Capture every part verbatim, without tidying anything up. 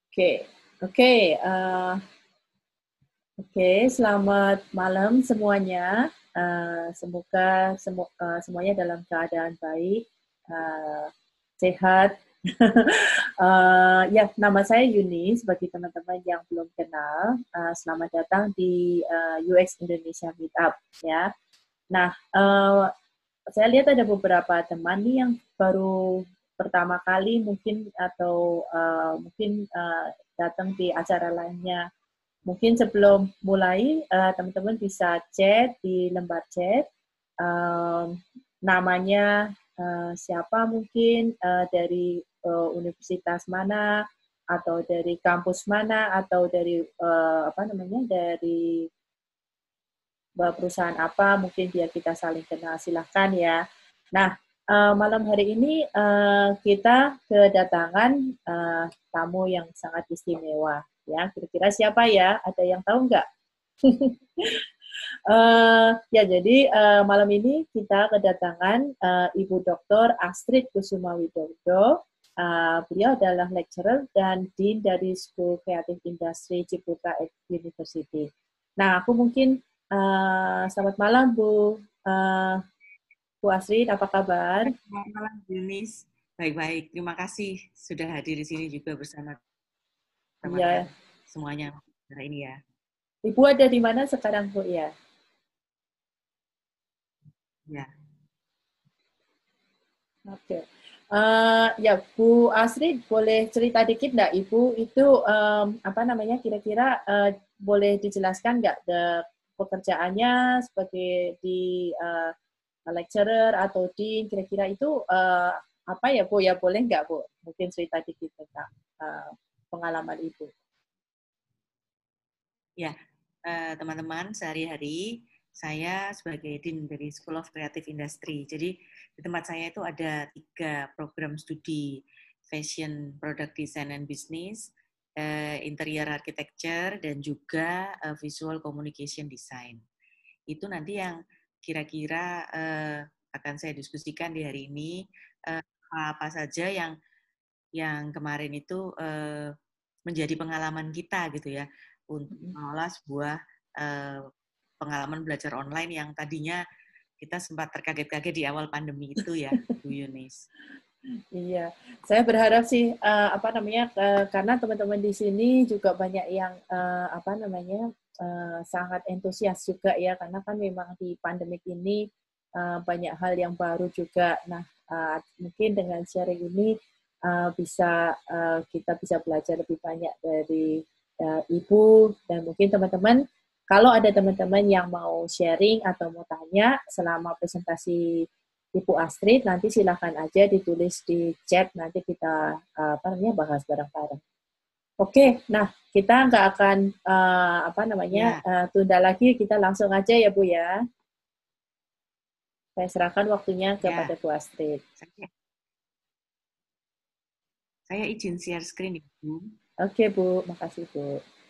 Oke, oke, eh, oke. Selamat malam semuanya. Eh, semoga semu eh, semuanya dalam keadaan baik, eh, sehat. Eh, ya, nama saya Yunis. Bagi teman-teman yang belum kenal, eh, selamat datang di eh, U X Indonesia Meetup. Ya, nah, eh, saya lihat ada beberapa teman nih yang baru pertama kali mungkin atau uh, mungkin uh, datang di acara lainnya. Mungkin sebelum mulai, uh, teman-teman bisa chat di lembar chat. Um, namanya uh, siapa mungkin, uh, dari uh, universitas mana, atau dari kampus mana, atau dari uh, apa namanya, dari perusahaan apa, mungkin biar kita saling kenal. Silahkan ya. Nah, uh, malam hari ini uh, kita kedatangan uh, tamu yang sangat istimewa. Ya, kira-kira siapa ya? Ada yang tahu nggak? uh, ya, jadi uh, malam ini kita kedatangan uh, Ibu Doktor Astrid Kusuma Widodo. Uh, beliau adalah lecturer dan dean dari School Creative Industry Ciputra University. Nah, aku mungkin uh, selamat malam Bu uh, Bu Astrid, apa kabar? Selamat malam, Yunis. Baik-baik, terima kasih sudah hadir di sini juga bersama Iya, teman-teman semuanya hari ini ya. Ibu ada di mana sekarang Bu ya? Ya, Oke. Uh, ya, Bu Astrid, boleh cerita dikit nggak Ibu itu um, apa namanya kira-kira uh, boleh dijelaskan nggak the pekerjaannya sebagai di uh, lecturer atau dean kira-kira itu uh, apa ya Bu ya boleh nggak Bu? Mungkin cerita dikit tentang uh, pengalaman Ibu. ya eh, teman-teman, sehari-hari saya sebagai Dean dari School of Creative Industry. Jadi di tempat saya itu ada tiga program studi: Fashion, Product Design and Business, eh, Interior Architecture, dan juga eh, Visual Communication Design. Itu nanti yang kira-kira eh, akan saya diskusikan di hari ini, eh, apa saja yang yang kemarin itu eh, menjadi pengalaman kita gitu ya untuk mengelola sebuah eh, pengalaman belajar online yang tadinya kita sempat terkaget-kaget di awal pandemi itu ya, Bu Yunis. Iya, saya berharap sih uh, apa namanya uh, karena teman-teman di sini juga banyak yang uh, apa namanya uh, sangat antusias juga ya karena kan memang di pandemik ini uh, banyak hal yang baru juga. Nah, uh, mungkin dengan sharing ini uh, bisa uh, kita bisa belajar lebih banyak dari uh, Ibu dan mungkin teman-teman kalau ada teman-teman yang mau sharing atau mau tanya selama presentasi Ibu Astrid, nanti silakan aja ditulis di chat, nanti kita apa namanya bahas bareng-bareng. Oke, nah kita nggak akan uh, apa namanya Ya, uh, tunda lagi, kita langsung aja ya Bu ya. Saya serahkan waktunya kepada ya. Bu Astrid. Saya, saya izin share screen, Ibu. Oke Bu, makasih Bu.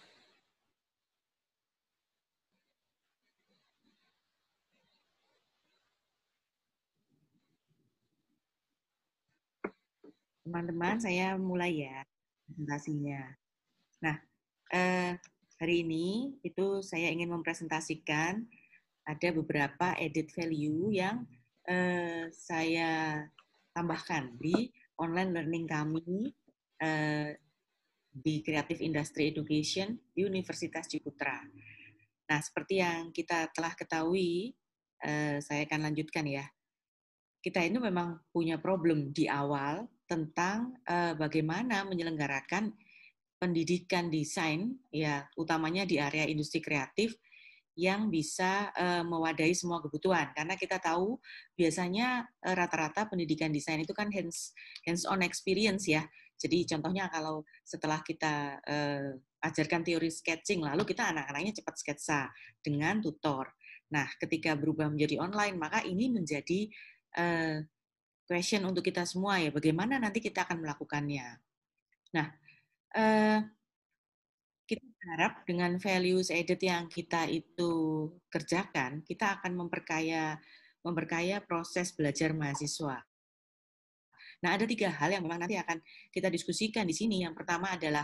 Teman-teman, saya mulai ya presentasinya. Nah, eh, hari ini itu saya ingin mempresentasikan ada beberapa added value yang eh, saya tambahkan di online learning kami eh, di Creative Industry Education di Universitas Ciputra. Nah, seperti yang kita telah ketahui, eh, saya akan lanjutkan ya. Kita ini memang punya problem di awal tentang eh, bagaimana menyelenggarakan pendidikan desain, ya utamanya di area industri kreatif yang bisa uh, mewadahi semua kebutuhan. Karena kita tahu biasanya uh, rata-rata pendidikan desain itu kan hands hands on experience ya. Jadi contohnya kalau setelah kita uh, ajarkan teori sketching, lalu kita anak-anaknya cepat sketsa dengan tutor. Nah, ketika berubah menjadi online, maka ini menjadi uh, question untuk kita semua ya. Bagaimana nanti kita akan melakukannya? Nah, uh, kita berharap dengan values added yang kita itu kerjakan, kita akan memperkaya memperkaya proses belajar mahasiswa. Nah, ada tiga hal yang memang nanti akan kita diskusikan di sini. Yang pertama adalah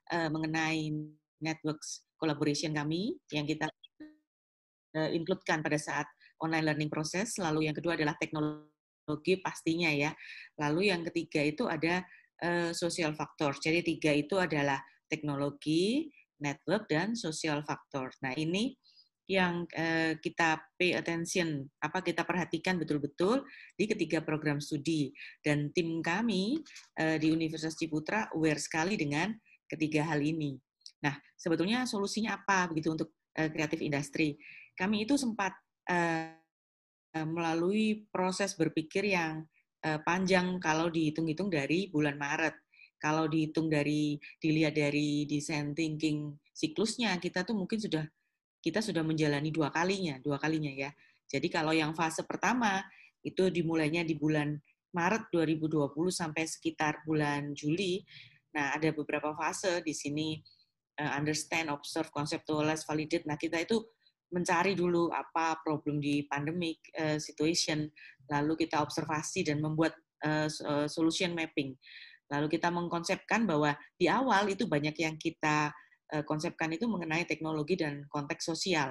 uh, mengenai networks collaboration kami yang kita uh, include-kan pada saat online learning proses. Lalu yang kedua adalah teknologi pastinya ya. Lalu yang ketiga itu ada uh, social factor. Jadi tiga itu adalah teknologi, network, dan social factor. Nah ini yang uh, kita pay attention, apa kita perhatikan betul-betul di ketiga program studi. Dan tim kami uh, di Universitas Ciputra aware sekali dengan ketiga hal ini. Nah, sebetulnya solusinya apa begitu untuk uh, kreatif industri? Kami itu sempat uh, melalui proses berpikir yang uh, panjang kalau dihitung-hitung dari bulan Maret. Kalau dihitung dari dilihat dari design thinking siklusnya, kita tuh mungkin sudah kita sudah menjalani dua kalinya, dua kalinya ya. Jadi kalau yang fase pertama itu dimulainya di bulan Maret dua ribu dua puluh sampai sekitar bulan Juli. Nah, ada beberapa fase di sini, uh, understand, observe, conceptualize, validate. Nah, kita itu mencari dulu apa problem di pandemic uh, situation, lalu kita observasi dan membuat uh, solution mapping. Lalu kita mengkonsepkan bahwa di awal itu banyak yang kita konsepkan itu mengenai teknologi dan konteks sosial.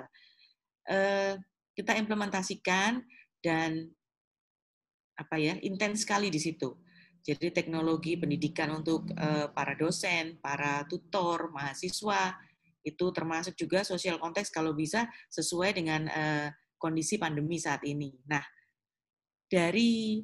Kita implementasikan dan apa ya intens sekali di situ. Jadi teknologi pendidikan untuk para dosen, para tutor, mahasiswa itu termasuk juga sosial konteks kalau bisa sesuai dengan kondisi pandemi saat ini. Nah, dari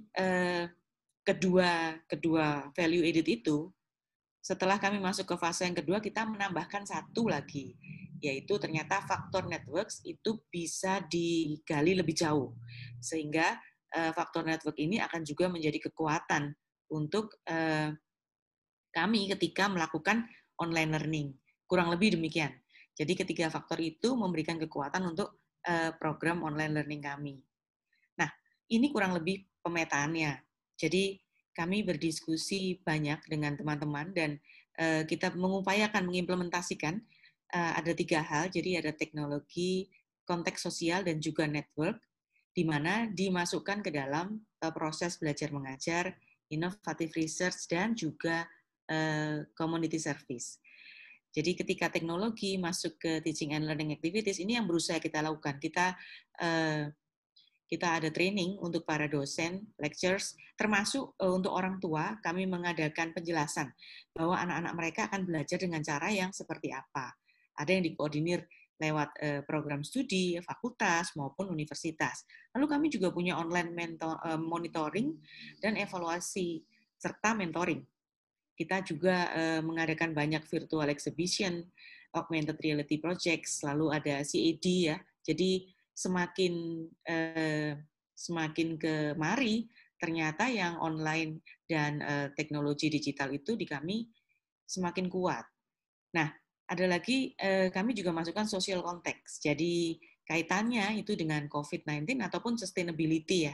kedua kedua value added itu, setelah kami masuk ke fase yang kedua, kita menambahkan satu lagi, yaitu ternyata faktor networks itu bisa digali lebih jauh. Sehingga uh, faktor network ini akan juga menjadi kekuatan untuk uh, kami ketika melakukan online learning. Kurang lebih demikian. Jadi ketiga faktor itu memberikan kekuatan untuk uh, program online learning kami. Nah, ini kurang lebih pemetaannya. Jadi kami berdiskusi banyak dengan teman-teman dan uh, kita mengupayakan mengimplementasikan uh, ada tiga hal. Jadi ada teknologi, konteks sosial, dan juga network, di mana dimasukkan ke dalam uh, proses belajar mengajar, innovative research, dan juga uh, community service. Jadi ketika teknologi masuk ke teaching and learning activities, ini yang berusaha kita lakukan. Kita uh, Kita ada training untuk para dosen, lecturers, termasuk uh, untuk orang tua, kami mengadakan penjelasan bahwa anak-anak mereka akan belajar dengan cara yang seperti apa. Ada yang dikoordinir lewat uh, program studi, fakultas, maupun universitas. Lalu kami juga punya online mentor, uh, monitoring dan evaluasi, serta mentoring. Kita juga uh, mengadakan banyak virtual exhibition, augmented reality projects, lalu ada C A D ya. Jadi semakin eh, semakin kemari ternyata yang online dan eh, teknologi digital itu di kami semakin kuat. Nah, ada lagi eh, kami juga masukkan social context. Jadi kaitannya itu dengan covid sembilan belas ataupun sustainability ya.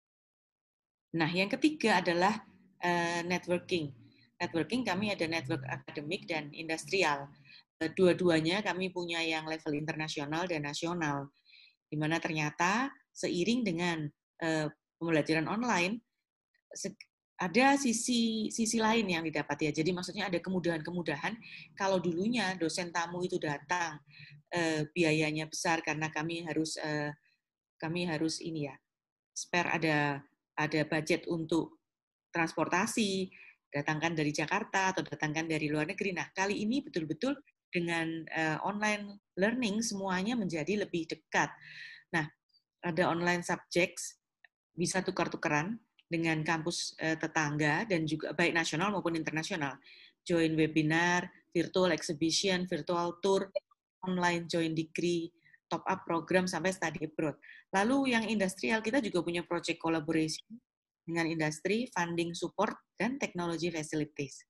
Nah, yang ketiga adalah eh, networking. Networking kami ada network akademik dan industrial. Dua-duanya kami punya yang level internasional dan nasional, di mana ternyata seiring dengan uh, pembelajaran online ada sisi sisi lain yang didapat ya. Jadi maksudnya ada kemudahan-kemudahan. Kalau dulunya dosen tamu itu datang uh, biayanya besar karena kami harus uh, kami harus ini ya spare ada ada budget untuk transportasi, datangkan dari Jakarta atau datangkan dari luar negeri. Nah kali ini betul-betul dengan uh, online learning semuanya menjadi lebih dekat. Nah, ada online subjects, bisa tukar-tukaran dengan kampus eh, tetangga dan juga baik nasional maupun internasional. Join webinar, virtual exhibition, virtual tour, online join degree, top up program sampai study abroad. Lalu yang industrial kita juga punya project collaboration dengan industri, funding support, dan technology facilities.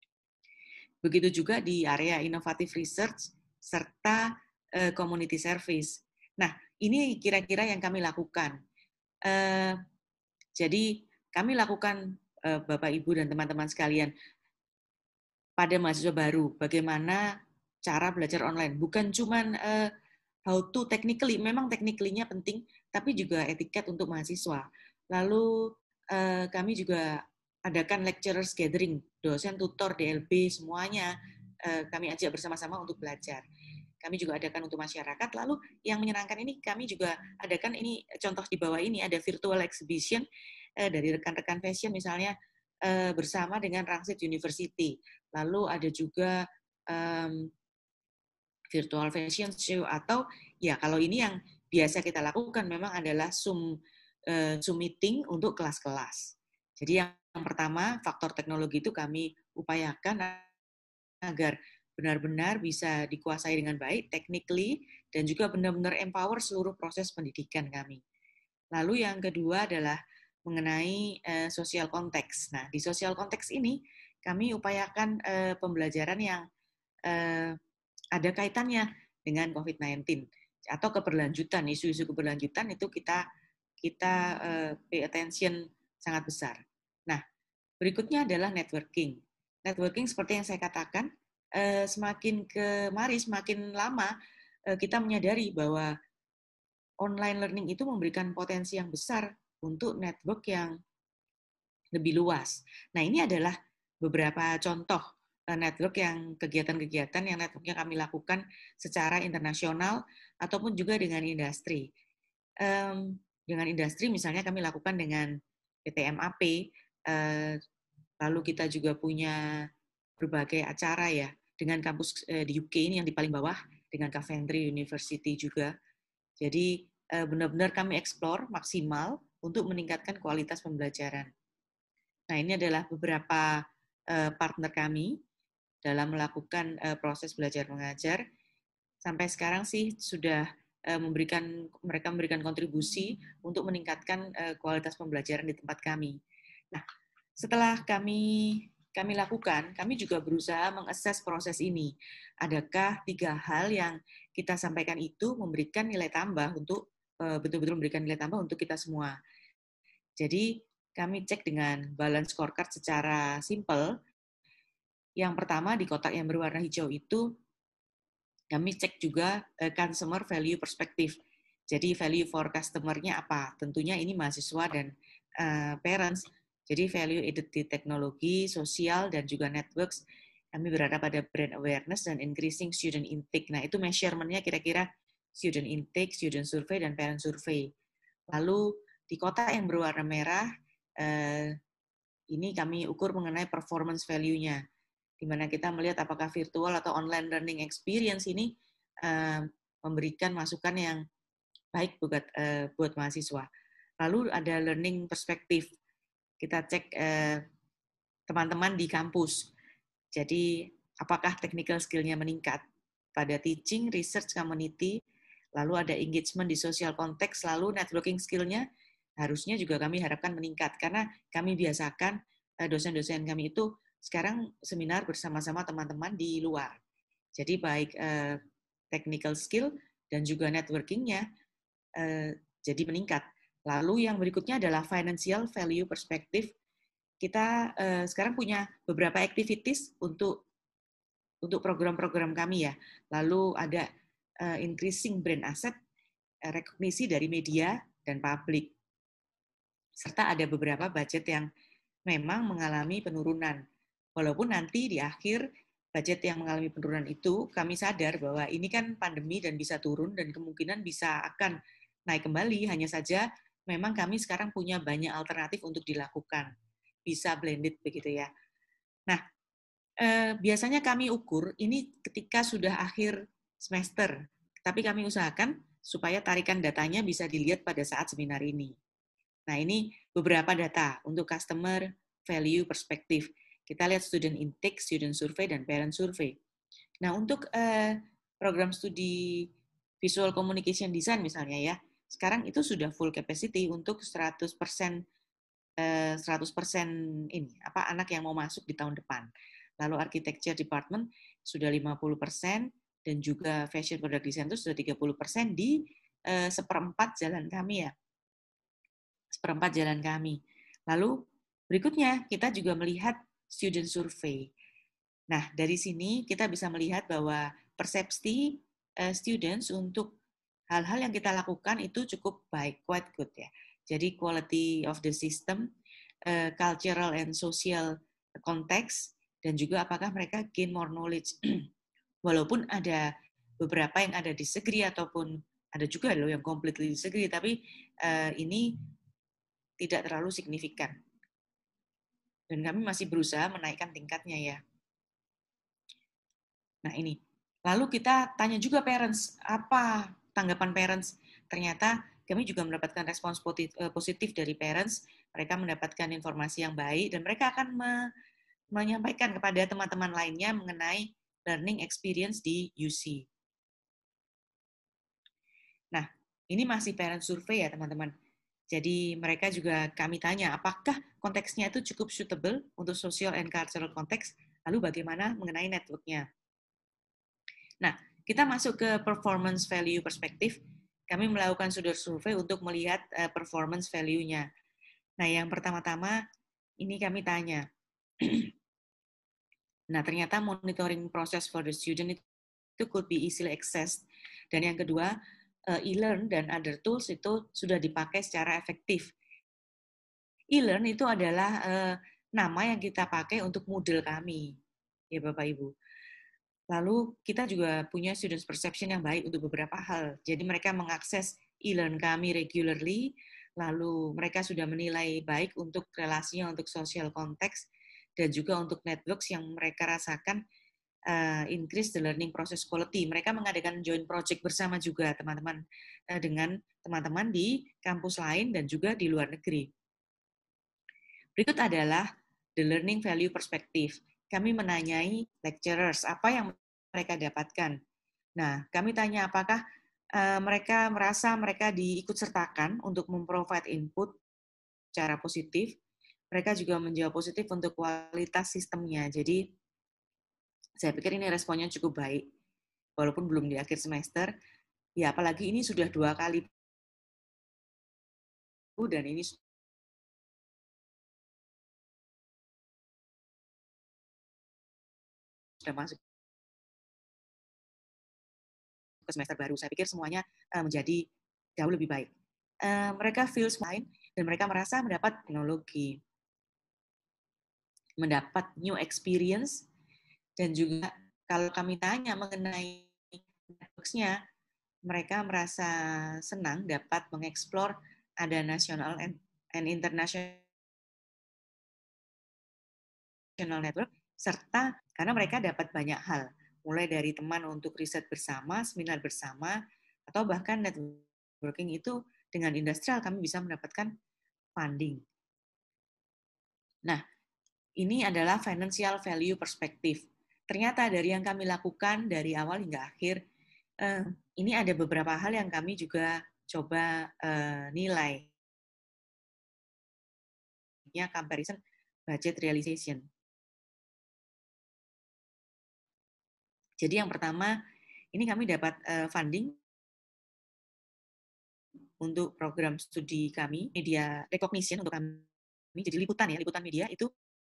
Begitu juga di area innovative research serta uh, community service. Nah, ini kira-kira yang kami lakukan. Uh, jadi kami lakukan, uh, Bapak, Ibu, dan teman-teman sekalian, pada mahasiswa baru, bagaimana cara belajar online. Bukan cuma uh, how to technically, memang technically-nya penting, tapi juga etiket untuk mahasiswa. Lalu uh, kami juga adakan lecturers gathering, dosen, tutor, D L B, semuanya, kami ajak bersama-sama untuk belajar. Kami juga adakan untuk masyarakat. Lalu yang menyenangkan ini kami juga adakan ini contoh di bawah ini ada virtual exhibition dari rekan-rekan fashion misalnya bersama dengan Rangsit University. Lalu ada juga um, virtual fashion show atau ya kalau ini yang biasa kita lakukan memang adalah Zoom uh, Zoom meeting untuk kelas-kelas. Jadi yang pertama faktor teknologi itu kami upayakan agar benar-benar bisa dikuasai dengan baik, technically, dan juga benar-benar empower seluruh proses pendidikan kami. Lalu yang kedua adalah mengenai uh, social konteks. Nah, di social konteks ini kami upayakan uh, pembelajaran yang uh, ada kaitannya dengan covid sembilan belas atau keberlanjutan, isu-isu keberlanjutan itu kita kita uh, pay attention sangat besar. Nah, berikutnya adalah networking. Networking seperti yang saya katakan, semakin kemari, semakin lama kita menyadari bahwa online learning itu memberikan potensi yang besar untuk network yang lebih luas. Nah, ini adalah beberapa contoh network yang kegiatan-kegiatan yang networknya kami lakukan secara internasional ataupun juga dengan industri. Dengan industri misalnya kami lakukan dengan P T M A P, lalu kita juga punya berbagai acara ya dengan kampus di U K ini yang di paling bawah dengan Coventry University juga. Jadi benar-benar kami eksplor maksimal untuk meningkatkan kualitas pembelajaran. Nah, ini adalah beberapa partner kami dalam melakukan proses belajar mengajar. Sampai sekarang sih sudah memberikan mereka memberikan kontribusi untuk meningkatkan kualitas pembelajaran di tempat kami. Nah, setelah kami kami lakukan, kami juga berusaha mengakses proses ini. Adakah tiga hal yang kita sampaikan itu memberikan nilai tambah untuk betul-betul memberikan nilai tambah untuk kita semua. Jadi kami cek dengan balance scorecard secara simple. Yang pertama di kotak yang berwarna hijau itu kami cek juga consumer value perspective. Jadi value for customer-nya apa? Tentunya ini mahasiswa dan uh, parents. Jadi value added di teknologi, sosial, dan juga networks. Kami berada pada brand awareness dan increasing student intake. Nah, itu measurement-nya kira-kira student intake, student survey, dan parent survey. Lalu di kotak yang berwarna merah, uh, ini kami ukur mengenai performance value-nya, di mana kita melihat apakah virtual atau online learning experience ini uh, memberikan masukan yang baik buat, uh, buat mahasiswa. Lalu ada learning perspective. Kita cek uh, teman-teman di kampus. Jadi apakah technical skill-nya meningkat pada teaching, research, community, lalu ada engagement di social context, lalu networking skill-nya harusnya juga kami harapkan meningkat, karena kami biasakan dosen-dosen kami itu sekarang seminar bersama-sama teman-teman di luar. Jadi baik eh, technical skill dan juga networking-nya eh, jadi meningkat. Lalu yang berikutnya adalah financial value perspective. Kita eh, sekarang punya beberapa activities untuk untuk program-program kami ya. Lalu ada eh, increasing brand asset, eh, rekognisi dari media dan publik. Serta ada beberapa budget yang memang mengalami penurunan. Walaupun nanti di akhir budget yang mengalami penurunan itu, kami sadar bahwa ini kan pandemi dan bisa turun dan kemungkinan bisa akan naik kembali, hanya saja memang kami sekarang punya banyak alternatif untuk dilakukan. Bisa blended begitu ya. Nah, eh, biasanya kami ukur ini ketika sudah akhir semester, tapi kami usahakan supaya tarikan datanya bisa dilihat pada saat seminar ini. Nah, ini beberapa data untuk customer value perspektif. Kita lihat student intake, student survey, dan parent survey. Nah, untuk uh, program studi visual communication design misalnya ya, sekarang itu sudah full capacity untuk seratus persen uh, seratus persen ini apa anak yang mau masuk di tahun depan. Lalu architecture department sudah lima puluh persen dan juga fashion product design itu sudah tiga puluh persen di uh, seperempat jalan kami ya. Seperempat jalan kami. Lalu berikutnya kita juga melihat student survey. Nah, dari sini kita bisa melihat bahwa persepsi uh, students untuk hal-hal yang kita lakukan itu cukup baik, quite good ya. Jadi quality of the system, uh, cultural and social context, dan juga apakah mereka gain more knowledge. Walaupun ada beberapa yang ada disagree ataupun ada juga loh yang completely disagree, tapi uh, ini tidak terlalu signifikan. Dan kami masih berusaha menaikkan tingkatnya ya. Nah ini, lalu kita tanya juga parents, apa tanggapan parents? Ternyata kami juga mendapatkan respons positif dari parents, mereka mendapatkan informasi yang baik, dan mereka akan me menyampaikan kepada teman-teman lainnya mengenai learning experience di U C. Nah, ini masih parent survey ya teman-teman. Jadi mereka juga kami tanya, apakah konteksnya itu cukup suitable untuk social and cultural context, lalu bagaimana mengenai network-nya. Nah, kita masuk ke performance value perspektif. Kami melakukan studi survei untuk melihat uh, performance value-nya. Nah, yang pertama-tama ini kami tanya. Nah, ternyata monitoring process for the student itu could be easily accessed. Dan yang kedua, uh, e-learn dan other tools itu sudah dipakai secara efektif. E-learn itu adalah uh, nama yang kita pakai untuk Moodle kami, ya Bapak Ibu. Lalu kita juga punya students perception yang baik untuk beberapa hal. Jadi mereka mengakses e-learn kami regularly, lalu mereka sudah menilai baik untuk relasinya untuk social context, dan juga untuk networks yang mereka rasakan uh, increase the learning process quality. Mereka mengadakan joint project bersama juga teman-teman uh, dengan teman-teman di kampus lain dan juga di luar negeri. Berikut adalah the learning value perspective. Kami menanyai lecturers apa yang mereka dapatkan. Nah, kami tanya apakah uh, mereka merasa mereka diikutsertakan untuk memprovide input secara positif. Mereka juga menjawab positif untuk kualitas sistemnya. Jadi, saya pikir ini responnya cukup baik. Walaupun belum di akhir semester, ya apalagi ini sudah dua kali dan ini sudah masuk ke semester baru. Saya pikir semuanya uh, menjadi jauh lebih baik. Uh, mereka feel fine dan mereka merasa mendapat teknologi, mendapat new experience, dan juga kalau kami tanya mengenai networks-nya, mereka merasa senang dapat mengeksplor ada national and, and international network, serta karena mereka dapat banyak hal, mulai dari teman untuk riset bersama, seminar bersama, atau bahkan networking itu dengan industrial kami bisa mendapatkan funding. Nah, ini adalah financial value perspektif. Ternyata dari yang kami lakukan dari awal hingga akhir, eh, ini ada beberapa hal yang kami juga coba eh, nilai. Ya, comparison budget realization. Jadi yang pertama, ini kami dapat uh, funding untuk program studi kami, media recognition untuk kami, jadi liputan ya, liputan media itu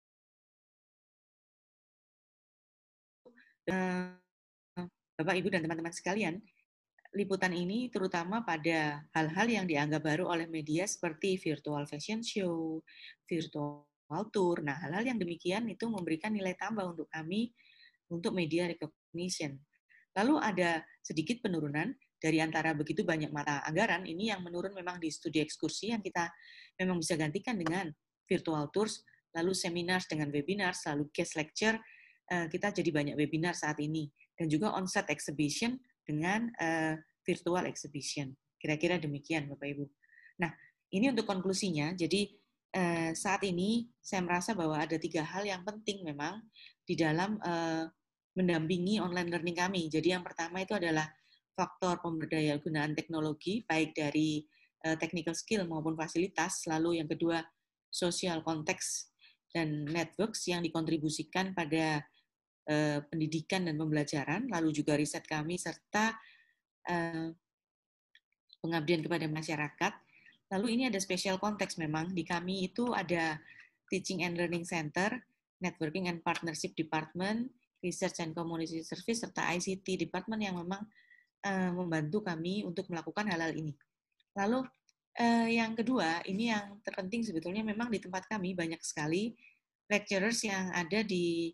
uh, Bapak, Ibu, dan teman-teman sekalian, liputan ini terutama pada hal-hal yang dianggap baru oleh media seperti virtual fashion show, virtual tour. Nah, hal-hal yang demikian itu memberikan nilai tambah untuk kami untuk media recognition. Lalu ada sedikit penurunan dari antara begitu banyak mata anggaran, ini yang menurun memang di studi ekskursi yang kita memang bisa gantikan dengan virtual tours, lalu seminar dengan webinar, lalu guest lecture, kita jadi banyak webinar saat ini, dan juga on-site exhibition dengan uh, virtual exhibition. Kira-kira demikian, Bapak Ibu. Nah, ini untuk konklusinya. Jadi uh, saat ini saya merasa bahwa ada tiga hal yang penting memang di dalam uh, mendampingi online learning kami. Jadi yang pertama itu adalah faktor pemberdayaan gunaan teknologi, baik dari uh, technical skill maupun fasilitas. Lalu yang kedua, social context dan networks yang dikontribusikan pada uh, pendidikan dan pembelajaran, lalu juga riset kami, serta uh, pengabdian kepada masyarakat. Lalu ini ada special context memang. Di kami itu ada Teaching and Learning Center, Networking and Partnership Department, Research and Community Service, serta I C T Department yang memang uh, membantu kami untuk melakukan hal-hal ini. Lalu uh, yang kedua, ini yang terpenting sebetulnya memang di tempat kami banyak sekali lecturers yang ada di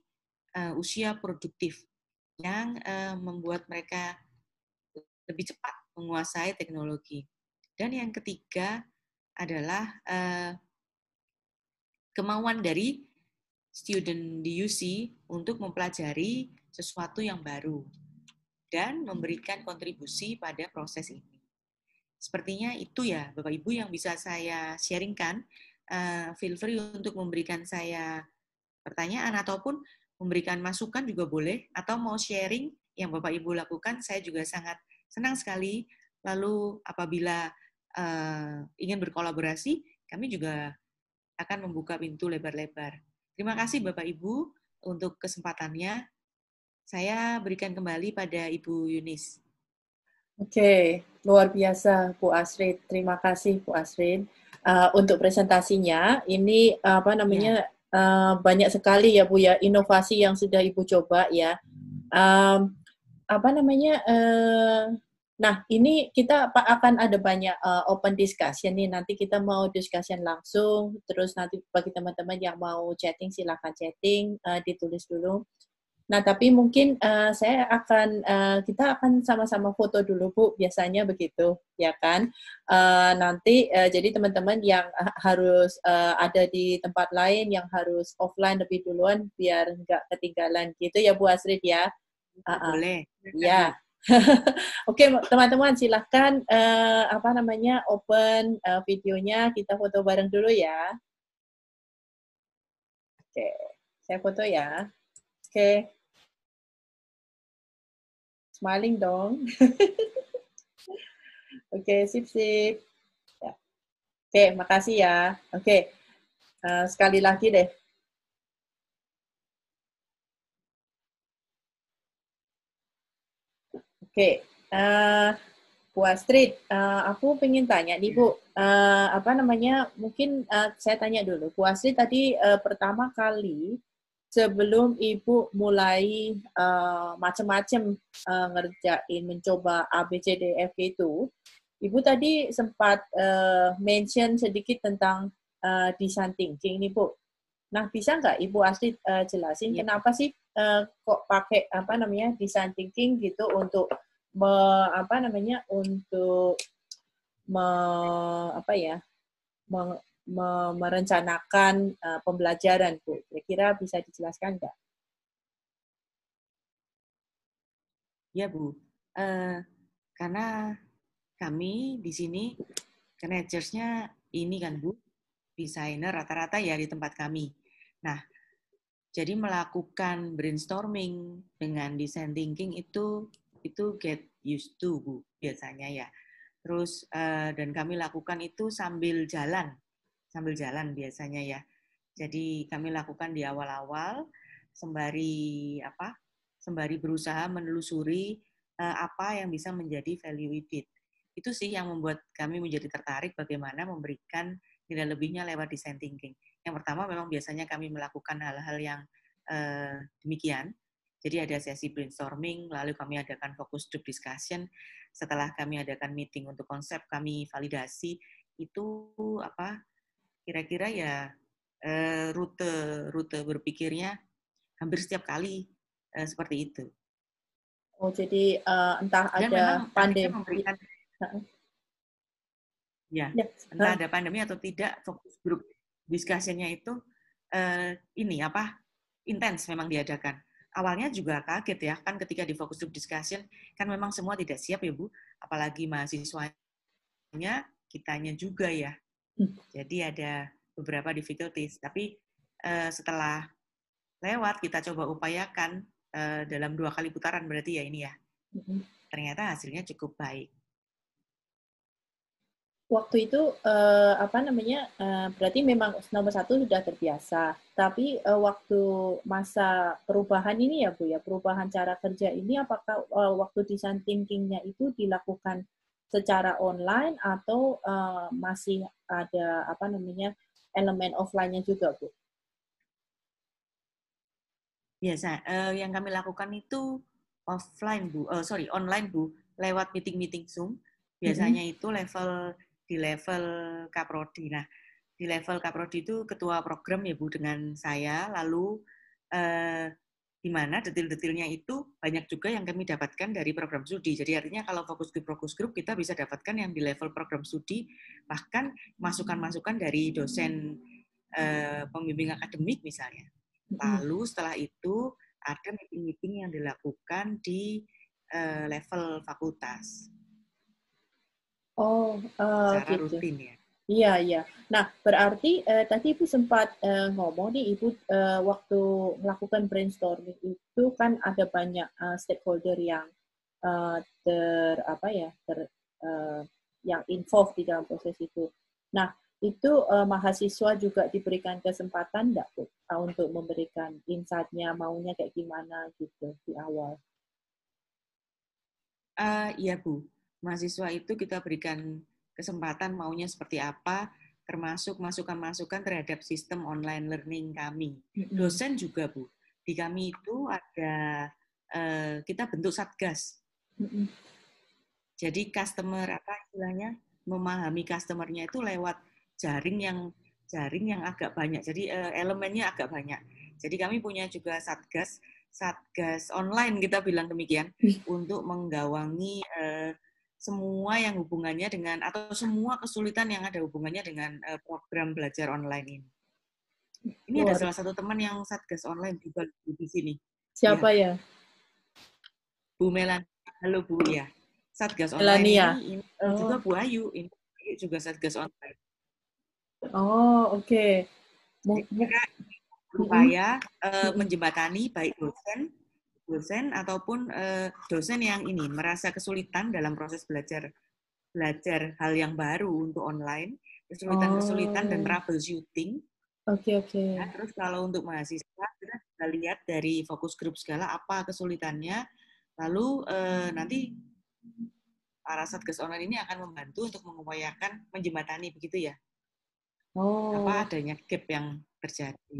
uh, usia produktif yang uh, membuat mereka lebih cepat menguasai teknologi. Dan yang ketiga adalah uh, kemauan dari student di U C untuk mempelajari sesuatu yang baru dan memberikan kontribusi pada proses ini. Sepertinya itu ya Bapak Ibu yang bisa saya sharingkan. Uh, feel free untuk memberikan saya pertanyaan ataupun memberikan masukan juga boleh, atau mau sharing yang Bapak Ibu lakukan, saya juga sangat senang sekali. Lalu apabila uh, ingin berkolaborasi, kami juga akan membuka pintu lebar-lebar. Terima kasih Bapak Ibu untuk kesempatannya. Saya berikan kembali pada Ibu Yunis. Oke, luar biasa Bu Astrid. Terima kasih Bu Astrid uh, untuk presentasinya. Ini uh, apa namanya ya. uh, banyak sekali ya Bu ya inovasi yang sudah Ibu coba ya. Um, apa namanya? Uh, nah ini kita akan ada banyak uh, open discussion nih. Nanti kita mau discussion langsung. Terus nanti bagi teman-teman yang mau chatting silahkan chatting, uh, ditulis dulu. Nah, tapi mungkin uh, saya akan, uh, kita akan sama-sama foto dulu, Bu. Biasanya begitu, ya kan? Uh, nanti, uh, jadi teman-teman yang harus uh, ada di tempat lain, yang harus offline lebih duluan, biar nggak ketinggalan gitu ya, Bu Astrid, ya? Uh-uh. Boleh. Ya. Oke, teman-teman, silahkan, uh, apa namanya, open uh, videonya, kita foto bareng dulu ya. Oke, saya foto ya. Oke. Smiling dong. Oke, sip-sip. Ya. Oke, makasih ya. Oke, uh, sekali lagi deh. Oke, uh, Bu Astrid, uh, aku pengen tanya nih Bu, uh, apa namanya, mungkin uh, saya tanya dulu. Bu Astrid tadi uh, pertama kali sebelum Ibu mulai uh, macam-macam uh, ngerjain, mencoba A, B, C, D, F, G itu, Ibu tadi sempat uh, mention sedikit tentang uh, design thinking nih Bu. Nah, bisa nggak Ibu Astrid uh, jelasin yeah. kenapa sih uh, kok pakai apa namanya design thinking gitu untuk me, apa namanya untuk me, apa ya me, me, merencanakan uh, pembelajaran Bu? Kira-kira bisa dijelaskan nggak? Ya Bu, uh, karena kami di sini managers-nya ini kan Bu, desainer rata-rata ya di tempat kami. Nah, jadi melakukan brainstorming dengan design thinking itu itu get used to Bu biasanya ya. Terus uh, dan kami lakukan itu sambil jalan, sambil jalan biasanya ya. Jadi kami lakukan di awal-awal sembari apa? Sembari berusaha menelusuri uh, apa yang bisa menjadi value added. Itu sih yang membuat kami menjadi tertarik bagaimana memberikan nilai lebihnya lewat design thinking. Yang pertama memang biasanya kami melakukan hal-hal yang uh, demikian. Jadi ada sesi brainstorming, lalu kami adakan focus group discussion. Setelah kami adakan meeting untuk konsep, kami validasi. Itu apa? Kira-kira ya uh, rute rute berpikirnya hampir setiap kali uh, seperti itu. Oh, jadi uh, entah Dan ada pandemi. Memberikan, ya, ya, entah ada pandemi atau tidak, fokus grup discussion-nya itu uh, ini apa intens memang diadakan. Awalnya juga kaget ya, kan ketika di fokus group discussion kan memang semua tidak siap ya Bu, apalagi mahasiswanya, kitanya juga ya. Hmm. Jadi ada beberapa difficulties, tapi uh, setelah lewat kita coba upayakan uh, dalam dua kali putaran berarti ya ini ya. Hmm. Ternyata hasilnya cukup baik. Waktu itu uh, apa namanya uh, berarti memang nomor satu sudah terbiasa, tapi uh, waktu masa perubahan ini ya Bu ya, perubahan cara kerja ini apakah uh, waktu design thinking-nya itu dilakukan secara online atau uh, masih ada apa namanya elemen offline-nya juga Bu? Biasa, uh, yang kami lakukan itu offline Bu, uh, sorry online Bu, lewat meeting-meeting Zoom. Biasanya mm-hmm. itu level di level Kaprodi. Nah, di level Kaprodi itu ketua program ya Bu dengan saya, lalu eh, di mana detil-detilnya itu banyak juga yang kami dapatkan dari program studi. Jadi artinya kalau fokus group fokus group kita bisa dapatkan yang di level program studi, bahkan masukan-masukan dari dosen eh, pembimbing akademik misalnya. Lalu setelah itu ada meeting-meeting yang dilakukan di eh, level fakultas. Oh, uh, Secara gitu. rutin ya. Iya, iya. Nah, berarti uh, tadi Ibu sempat uh, ngomong nih, Ibu uh, waktu melakukan brainstorming itu kan ada banyak uh, stakeholder yang uh, ter apa ya, ter uh, yang involved di dalam proses itu. Nah, itu uh, mahasiswa juga diberikan kesempatan enggak Bu, uh, untuk memberikan insight-nya, maunya kayak gimana gitu di awal? Uh, iya Bu, mahasiswa itu kita berikan kesempatan maunya seperti apa, termasuk masukan-masukan terhadap sistem online learning kami. Mm-hmm. Dosen juga Bu, di kami itu ada uh, kita bentuk satgas. Mm-hmm. Jadi customer apa istilahnya memahami customernya itu lewat jaring yang jaring yang agak banyak. Jadi uh, elemennya agak banyak. Jadi kami punya juga satgas satgas online kita bilang demikian untuk menggawangi uh, semua yang hubungannya dengan atau semua kesulitan yang ada hubungannya dengan uh, program belajar online ini. Ini Luar. Ada salah satu teman yang satgas online juga di sini. Siapa ya? ya? Bu Melan. Halo Bu ya. Satgas online Melania. ini, ini oh. juga Bu Ayu, ini juga satgas online. Oh, oke. Okay. Mereka berupaya mm-hmm. uh, menjembatani baik dosen, dosen ataupun uh, dosen yang ini merasa kesulitan dalam proses belajar belajar hal yang baru untuk online, kesulitan-kesulitan oh. dan troubleshooting. Oke okay, oke. Okay. Nah, terus kalau untuk mahasiswa kita bisa lihat dari fokus grup segala apa kesulitannya, lalu uh, nanti para satgas online ini akan membantu untuk mengupayakan menjembatani begitu ya. Oh. Apa adanya gap yang terjadi.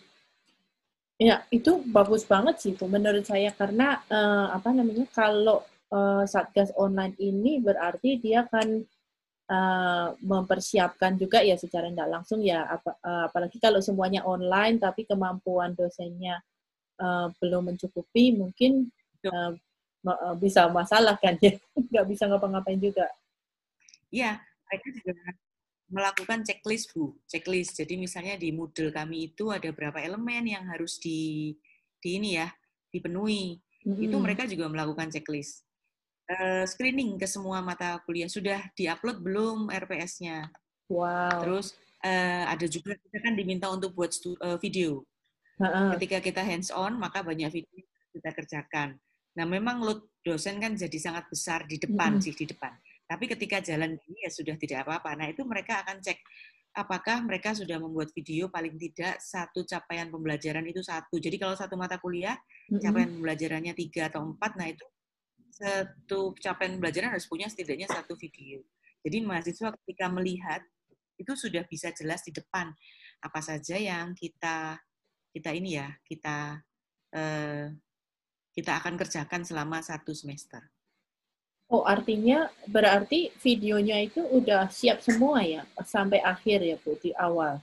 Ya, itu bagus banget sih itu menurut saya karena uh, apa namanya kalau uh, satgas online ini berarti dia akan uh, mempersiapkan juga ya secara tidak langsung ya apa, uh, apalagi kalau semuanya online tapi kemampuan dosennya uh, belum mencukupi mungkin uh, bisa masalah kan ya, nggak bisa ngapa-ngapain juga. Iya, mereka juga melakukan checklist Bu, checklist. Jadi misalnya di Moodle kami itu ada berapa elemen yang harus di, di ini ya dipenuhi. Mm-hmm. Itu mereka juga melakukan checklist. Uh, screening ke semua mata kuliah sudah diupload belum R P S-nya. Wow. Terus uh, ada juga kita kan diminta untuk buat stu, uh, video. Uh-uh. Ketika kita hands on maka banyak video yang kita kerjakan. Nah, memang load dosen kan jadi sangat besar di depan, mm-hmm. sih, di depan. Tapi ketika jalan ini ya sudah tidak apa-apa. Nah, itu mereka akan cek apakah mereka sudah membuat video paling tidak satu capaian pembelajaran itu satu. Jadi kalau satu mata kuliah, mm-hmm. capaian pembelajarannya tiga atau empat, nah itu satu capaian pembelajaran harus punya setidaknya satu video. Jadi mahasiswa ketika melihat, itu sudah bisa jelas di depan apa saja yang kita, kita ini ya, kita... Eh, kita akan kerjakan selama satu semester. Oh, artinya berarti videonya itu udah siap semua ya, sampai akhir ya Bu, di awal?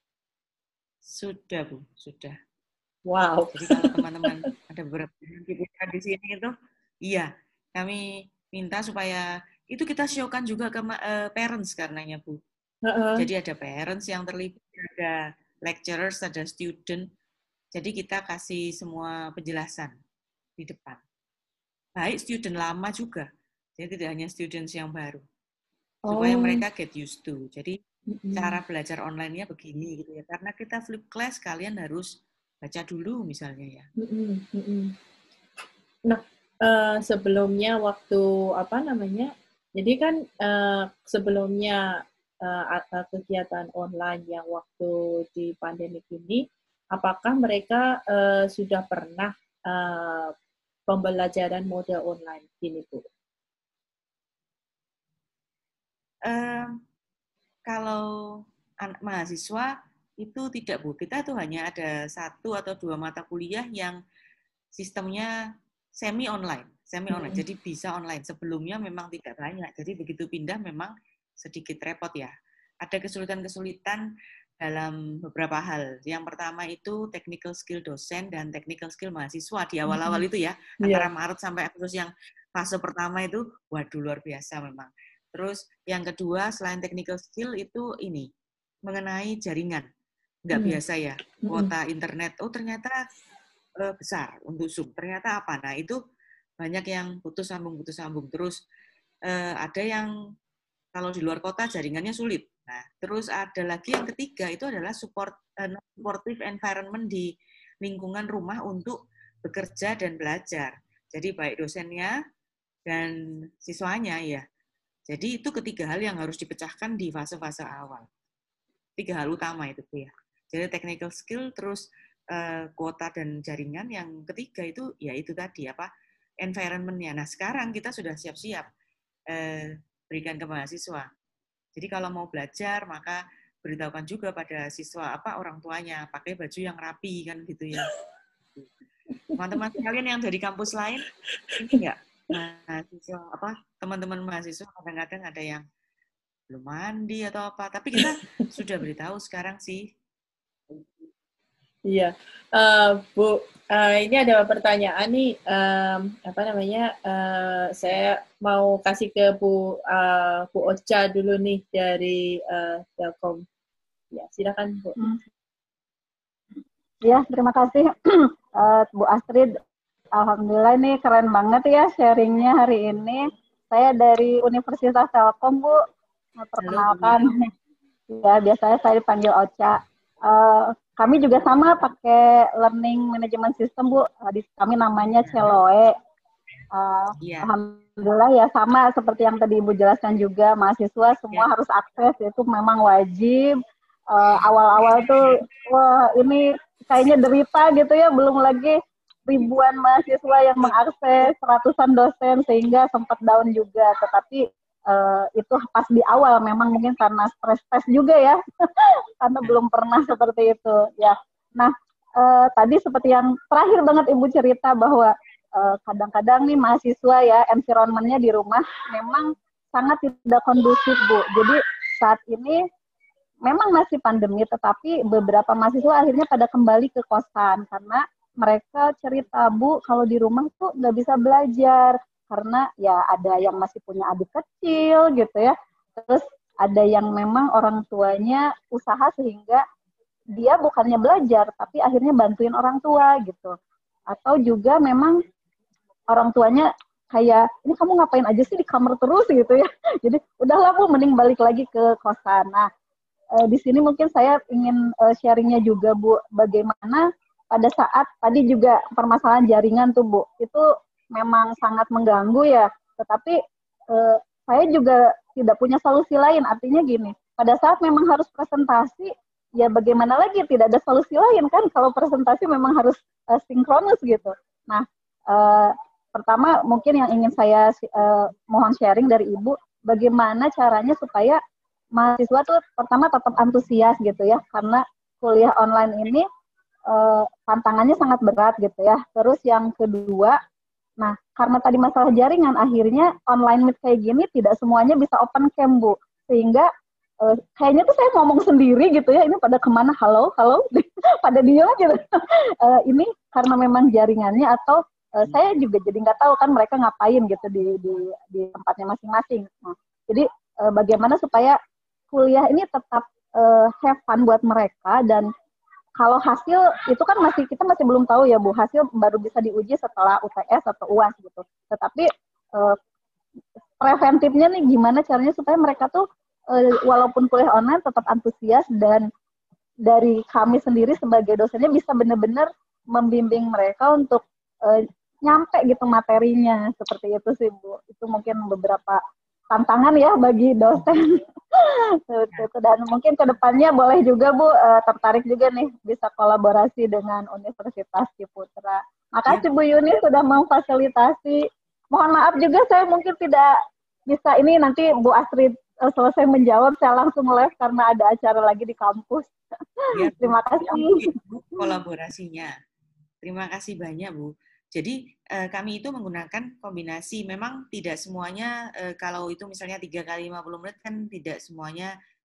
Sudah Bu, sudah. Wow. Jadi kalau teman-teman ada beberapa yang kita di sini itu, iya, kami minta supaya itu kita show-kan juga ke uh, parents karenanya Bu. Uh-uh. Jadi ada parents yang terlibat, ada lecturers, ada student. Jadi kita kasih semua penjelasan di depan. Baik student lama juga. Jadi tidak hanya students yang baru. Supaya oh. mereka get used to. Jadi mm-hmm. cara belajar online-nya begini gitu ya. Karena kita flip class, kalian harus baca dulu misalnya ya. Mm-hmm. Nah, uh, sebelumnya waktu apa namanya? Jadi kan uh, sebelumnya uh, kegiatan online yang waktu di pandemi ini, apakah mereka uh, sudah pernah uh, pembelajaran mode online ini, Bu? Um, kalau anak mahasiswa itu tidak, Bu. Kita tuh hanya ada satu atau dua mata kuliah yang sistemnya semi online, semi online. Hmm. Jadi bisa online. Sebelumnya memang tidak banyak. Jadi begitu pindah memang sedikit repot ya. Ada kesulitan-kesulitan dalam beberapa hal. Yang pertama itu technical skill dosen dan technical skill mahasiswa di awal-awal itu ya, antara Yeah. Maret sampai Agustus yang fase pertama itu, waduh luar biasa memang. Terus yang kedua selain technical skill itu ini, mengenai jaringan. Nggak Mm. biasa ya, kuota internet. Oh ternyata eh, besar untuk Zoom. Ternyata apa? Nah itu banyak yang putus sambung-putus sambung. Terus eh, ada yang kalau di luar kota jaringannya sulit. Nah, terus ada lagi yang ketiga itu adalah support uh, supportive environment di lingkungan rumah untuk bekerja dan belajar. Jadi baik dosennya dan siswanya ya. Jadi itu ketiga hal yang harus dipecahkan di fase-fase awal. Tiga hal utama itu ya. Jadi technical skill, terus uh, kuota dan jaringan. Yang ketiga itu ya itu tadi apa environment-nya. Nah sekarang kita sudah siap-siap uh, berikan ke mahasiswa. Jadi kalau mau belajar maka beritahukan juga pada siswa apa orang tuanya pakai baju yang rapi kan gitu ya. Teman-teman sekalian yang dari kampus lain ini enggak mahasiswa apa teman-teman mahasiswa kadang-kadang ada yang belum mandi atau apa, tapi kita sudah beritahu sekarang sih. Iya, uh, Bu, uh, ini ada pertanyaan nih, um, apa namanya? Uh, saya mau kasih ke Bu uh, Bu Ocha dulu nih dari uh, Telkom. Ya, silakan Bu. Hmm. Ya, terima kasih uh, Bu Astrid. Alhamdulillah ini keren banget ya sharingnya hari ini. Saya dari Universitas Telkom, Bu. Memperkenalkan. Halo, ya, biasanya saya dipanggil Ocha. Uh, kami juga sama pakai learning management system, Bu. Uh, kami namanya Celoe. Uh, yeah. Alhamdulillah ya sama seperti yang tadi Ibu jelaskan juga, mahasiswa semua yeah. harus akses, itu memang wajib. Uh, awal-awal tuh, wah ini kayaknya derita gitu ya, belum lagi ribuan mahasiswa yang mengakses, ratusan dosen, sehingga sempat down juga. Tetapi uh, itu pas di awal memang mungkin karena stres-stres juga ya, karena belum pernah seperti itu. Ya, nah uh, tadi seperti yang terakhir banget Ibu cerita bahwa uh, kadang-kadang nih mahasiswa ya environment-nya di rumah memang sangat tidak kondusif, Bu. Jadi saat ini memang masih pandemi, tetapi beberapa mahasiswa akhirnya pada kembali ke kosan karena mereka cerita, Bu, kalau di rumah tuh nggak bisa belajar karena ya ada yang masih punya adik kecil gitu ya, terus ada yang memang orang tuanya usaha sehingga dia bukannya belajar tapi akhirnya bantuin orang tua gitu, atau juga memang orang tuanya kayak ini kamu ngapain aja sih di kamar terus gitu ya, jadi udahlah Bu, mending balik lagi ke kosan. Nah Uh, di sini mungkin saya ingin uh, sharingnya juga, Bu, bagaimana pada saat tadi juga permasalahan jaringan tuh, Bu, itu memang sangat mengganggu ya, tetapi uh, saya juga tidak punya solusi lain, artinya gini, pada saat memang harus presentasi, ya bagaimana lagi, tidak ada solusi lain kan, kalau presentasi memang harus uh, sinkronus gitu. Nah, uh, pertama mungkin yang ingin saya uh, mohon sharing dari Ibu, bagaimana caranya supaya mahasiswa tuh pertama tetap antusias gitu ya, karena kuliah online ini eh, tantangannya sangat berat gitu ya. Terus yang kedua, nah karena tadi masalah jaringan, akhirnya online meet kayak gini tidak semuanya bisa open cam, Bu. Sehingga eh, kayaknya tuh saya ngomong sendiri gitu ya, ini pada kemana, halo, halo, pada diem gitu. eh, ini karena memang jaringannya atau eh, saya juga jadi nggak tahu kan mereka ngapain gitu di, di, di tempatnya masing-masing. Nah, jadi eh, bagaimana supaya kuliah ini tetap uh, have fun buat mereka, dan kalau hasil itu kan masih kita masih belum tahu ya, Bu, hasil baru bisa diuji setelah U T S atau U A S gitu. Tetapi uh, preventifnya nih gimana caranya supaya mereka tuh uh, walaupun kuliah online tetap antusias, dan dari kami sendiri sebagai dosennya bisa benar-benar membimbing mereka untuk uh, nyampe gitu materinya, seperti itu sih, Bu. Itu mungkin beberapa tantangan ya bagi dosen. Dan mungkin kedepannya boleh juga, Bu, uh, tertarik juga nih bisa kolaborasi dengan Universitas Ciputra. Makasih ya, Bu Yuni sudah memfasilitasi. Mohon maaf juga saya mungkin tidak bisa ini, nanti Bu Astrid uh, selesai menjawab saya langsung live karena ada acara lagi di kampus. Ya, terima kasih Bu, kolaborasinya. Terima kasih banyak, Bu. Jadi eh, kami itu menggunakan kombinasi, memang tidak semuanya, eh, kalau itu misalnya tiga kali lima puluh menit kan tidak semuanya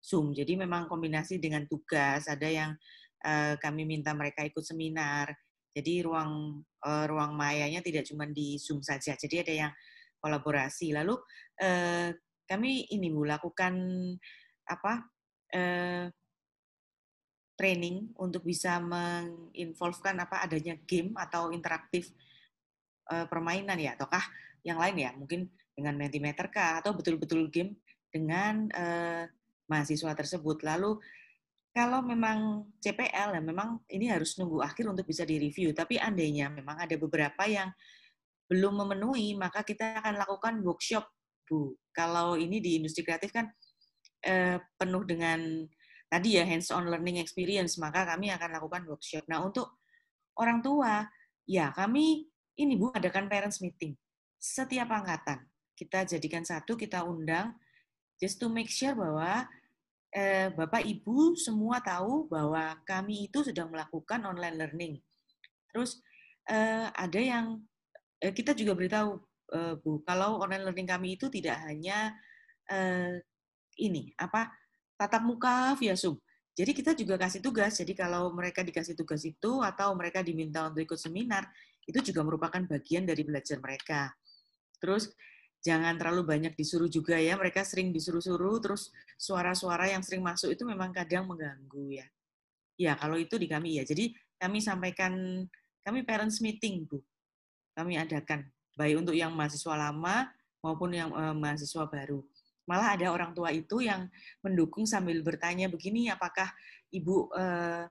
Zoom. Jadi memang kombinasi dengan tugas, ada yang uh, kami minta mereka ikut seminar. Jadi ruang uh, ruang mayanya tidak cuma di Zoom saja. Jadi ada yang kolaborasi. Lalu uh, kami ini Bu lakukan apa? Uh, training untuk bisa menginvolvekan apa adanya game atau interaktif uh, permainan ya, ataukah yang lain ya, mungkin dengan Mentimeter kah, atau betul-betul game dengan uh, mahasiswa tersebut. Lalu kalau memang C P L ya memang ini harus nunggu akhir untuk bisa direview, tapi andainya memang ada beberapa yang belum memenuhi, maka kita akan lakukan workshop, Bu. Kalau ini di industri kreatif kan eh, penuh dengan tadi ya hands-on learning experience, maka kami akan lakukan workshop. Nah, untuk orang tua, ya kami ini Bu adakan parents meeting setiap angkatan. Kita jadikan satu, kita undang just to make sure bahwa eh, Bapak Ibu semua tahu bahwa kami itu sedang melakukan online learning. Terus eh, ada yang eh, kita juga beritahu eh, Bu, kalau online learning kami itu tidak hanya eh, ini apa tatap muka via Zoom. Jadi kita juga kasih tugas. Jadi kalau mereka dikasih tugas itu atau mereka diminta untuk ikut seminar, itu juga merupakan bagian dari belajar mereka. Terus jangan terlalu banyak disuruh juga ya. Mereka sering disuruh-suruh, terus suara-suara yang sering masuk itu memang kadang mengganggu ya. Ya kalau itu di kami ya. Jadi kami sampaikan, kami parents meeting Bu. Kami adakan baik untuk yang mahasiswa lama maupun yang eh, mahasiswa baru. Malah ada orang tua itu yang mendukung sambil bertanya begini, apakah Ibu eh,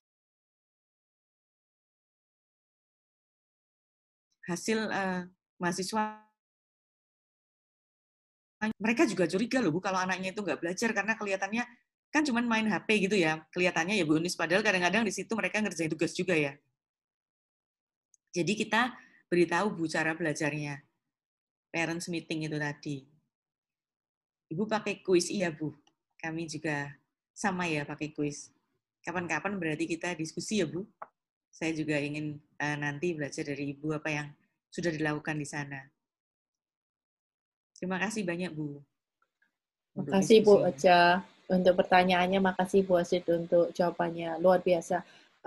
hasil eh, mahasiswa, mereka juga curiga loh Bu kalau anaknya itu nggak belajar karena kelihatannya kan cuma main H P gitu ya, kelihatannya ya Bu Unis, padahal kadang-kadang di situ mereka ngerjain tugas juga ya. Jadi kita beritahu Bu cara belajarnya, parents meeting itu tadi. Ibu pakai kuis, iya Bu. Kami juga sama ya pakai kuis. Kapan-kapan berarti kita diskusi ya Bu. Saya juga ingin uh, nanti belajar dari Ibu apa yang sudah dilakukan di sana. Terima kasih banyak Bu. Terima kasih Bu Eca untuk pertanyaannya. Makasih Bu Astrid untuk jawabannya, luar biasa.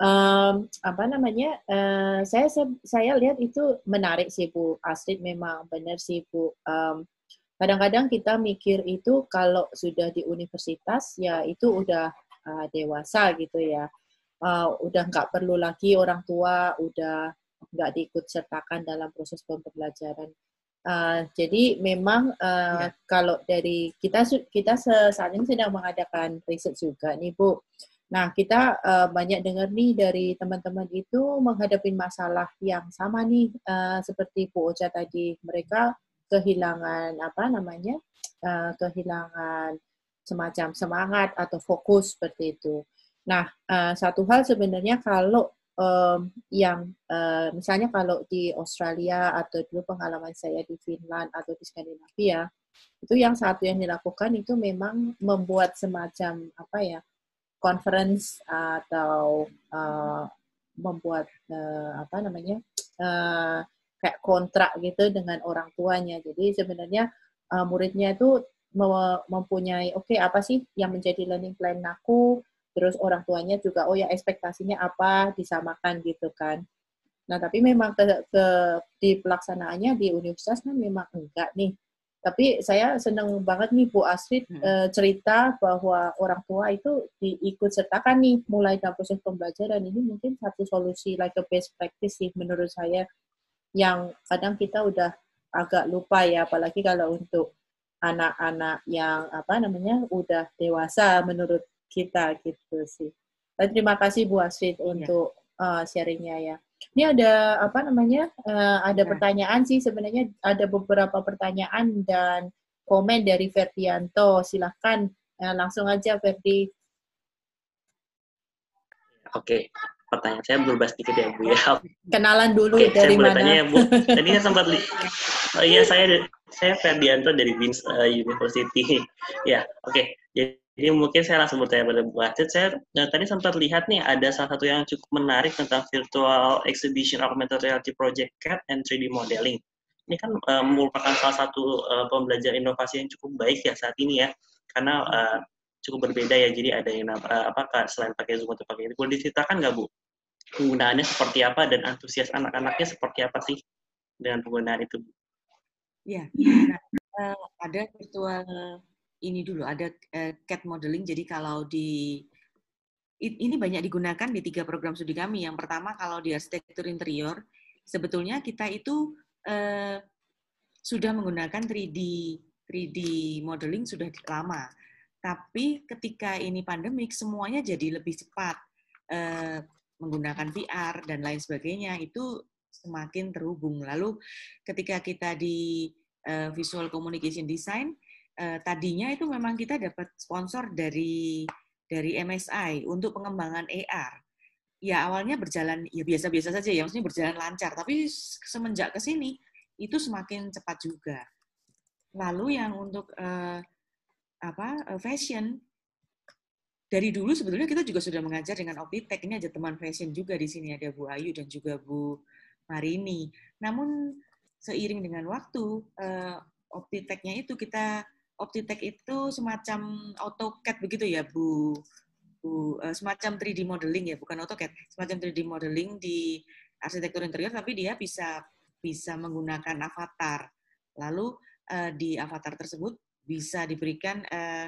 Um, apa namanya? Uh, saya, saya saya lihat itu menarik sih Bu Astrid, memang benar sih Bu. Um, Kadang-kadang kita mikir itu kalau sudah di universitas, ya itu udah uh, dewasa gitu ya. Uh, udah nggak perlu lagi orang tua, udah nggak diikut sertakan dalam proses pembelajaran. Uh, jadi memang uh, ya. Kalau dari kita kita saat ini sedang mengadakan riset juga nih Bu. Nah kita uh, banyak dengar nih dari teman-teman itu menghadapi masalah yang sama nih uh, seperti Bu Ocha tadi. Mereka kehilangan apa namanya uh, kehilangan semacam semangat atau fokus seperti itu. Nah uh, satu hal sebenarnya kalau um, yang uh, misalnya kalau di Australia atau dulu pengalaman saya di Finland atau di Skandinavia, itu yang satu yang dilakukan itu memang membuat semacam apa ya conference atau uh, membuat uh, apa namanya uh, kayak kontrak gitu dengan orang tuanya. Jadi sebenarnya uh, muridnya itu mempunyai oke okay, apa sih yang menjadi learning plan aku, terus orang tuanya juga oh ya ekspektasinya apa, disamakan gitu kan. Nah tapi memang ke, ke di pelaksanaannya di universitas kan memang enggak nih. Tapi saya senang banget nih Bu Astrid hmm. uh, cerita bahwa orang tua itu diikut sertakan nih mulai dalam proses pembelajaran. Ini mungkin satu solusi like a best practice sih menurut saya, yang kadang kita udah agak lupa ya, apalagi kalau untuk anak-anak yang apa namanya udah dewasa menurut kita gitu sih. Dan terima kasih Bu Astrid ya. Untuk uh, sharingnya ya. Ini ada apa namanya uh, ada nah. pertanyaan sih sebenarnya, ada beberapa pertanyaan dan komen dari Ferdianto. Silahkan uh, langsung aja Ferdi. Oke. Pertanyaan saya berubah sedikit ya Bu ya. Kenalan dulu Oke, dari saya boleh mana? Tanya ya Bu. Tadi saya sempat li- oh, iya saya saya Ferdianto dari Vince uh, University. Ya, oke. Okay. Jadi mungkin saya langsung bertanya pada Bu Astrid. Saya nah, tadi sempat lihat nih ada salah satu yang cukup menarik tentang Virtual Exhibition Augmented Reality Project C A D and three D Modeling. Ini kan uh, merupakan salah satu uh, pembelajaran inovasi yang cukup baik ya saat ini ya. Karena uh, cukup berbeda ya. Jadi ada yang uh, apa selain pakai Zoom atau pakai ini, boleh diceritakan nggak Bu? Penggunaannya seperti apa dan antusias anak-anaknya seperti apa sih dengan penggunaan itu? Ya, nah, uh, ada virtual ini dulu, ada uh, C A D modeling. Jadi kalau di ini banyak digunakan di tiga program studi kami. Yang pertama kalau di arsitektur interior, sebetulnya kita itu uh, sudah menggunakan tiga D tiga D modeling sudah lama. Tapi ketika ini pandemik, semuanya jadi lebih cepat. Uh, menggunakan V R dan lain sebagainya, itu semakin terhubung. Lalu ketika kita di uh, visual communication design, uh, tadinya itu memang kita dapat sponsor dari dari M S I untuk pengembangan A R. Ya awalnya berjalan ya biasa-biasa saja ya, maksudnya berjalan lancar. Tapi semenjak ke sini itu semakin cepat juga. Lalu yang untuk uh, apa uh, fashion, dari dulu sebetulnya kita juga sudah mengajar dengan Optitek. Ini ada teman fashion juga di sini, ada Bu Ayu dan juga Bu Marini. Namun seiring dengan waktu, uh, Optiteknya itu kita, Optitek itu semacam AutoCAD begitu ya Bu, Bu uh, semacam tiga D modeling ya, bukan AutoCAD, semacam tiga D modeling di arsitektur interior, tapi dia bisa bisa menggunakan avatar. Lalu uh, di avatar tersebut bisa diberikan uh,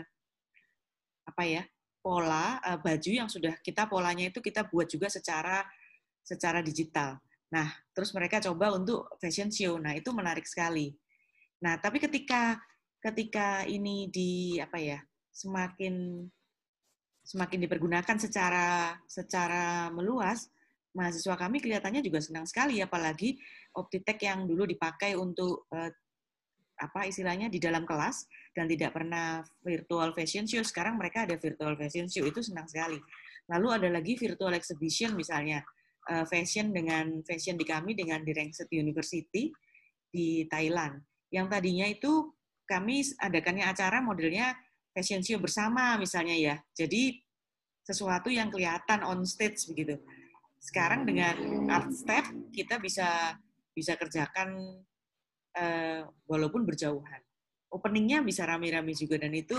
apa ya? pola uh, baju yang sudah kita polanya itu kita buat juga secara secara digital. Nah, terus mereka coba untuk fashion show. Nah, itu menarik sekali. Nah, tapi ketika ketika ini di apa ya, semakin semakin dipergunakan secara secara meluas, mahasiswa kami kelihatannya juga senang sekali, apalagi Optitek yang dulu dipakai untuk uh, apa istilahnya di dalam kelas dan tidak pernah virtual fashion show, sekarang mereka ada virtual fashion show, itu senang sekali. Lalu ada lagi virtual exhibition misalnya, uh, fashion dengan fashion di kami dengan di Rangsit University di Thailand. Yang tadinya itu kami adakannya acara modelnya fashion show bersama misalnya ya. Jadi sesuatu yang kelihatan on stage begitu. Sekarang dengan art step kita bisa bisa kerjakan Uh, walaupun berjauhan. Openingnya bisa rame-rame juga, dan itu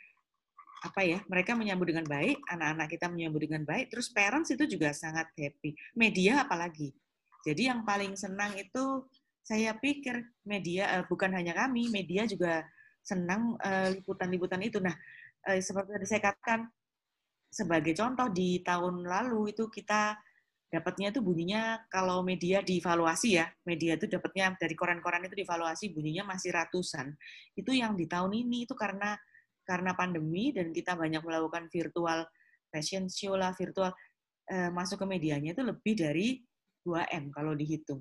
apa ya, mereka menyambut dengan baik, anak-anak kita menyambut dengan baik, terus parents itu juga sangat happy. Media apalagi. Jadi yang paling senang itu saya pikir media, uh, bukan hanya kami, media juga senang uh, liputan-liputan itu. Nah, uh, seperti yang saya katakan, sebagai contoh di tahun lalu itu kita dapatnya itu bunyinya, kalau media dievaluasi ya, media itu dapatnya dari koran-koran itu dievaluasi bunyinya masih ratusan. Itu yang di tahun ini itu karena karena pandemi dan kita banyak melakukan virtual fashion show lah, virtual eh, masuk ke medianya itu lebih dari dua M kalau dihitung.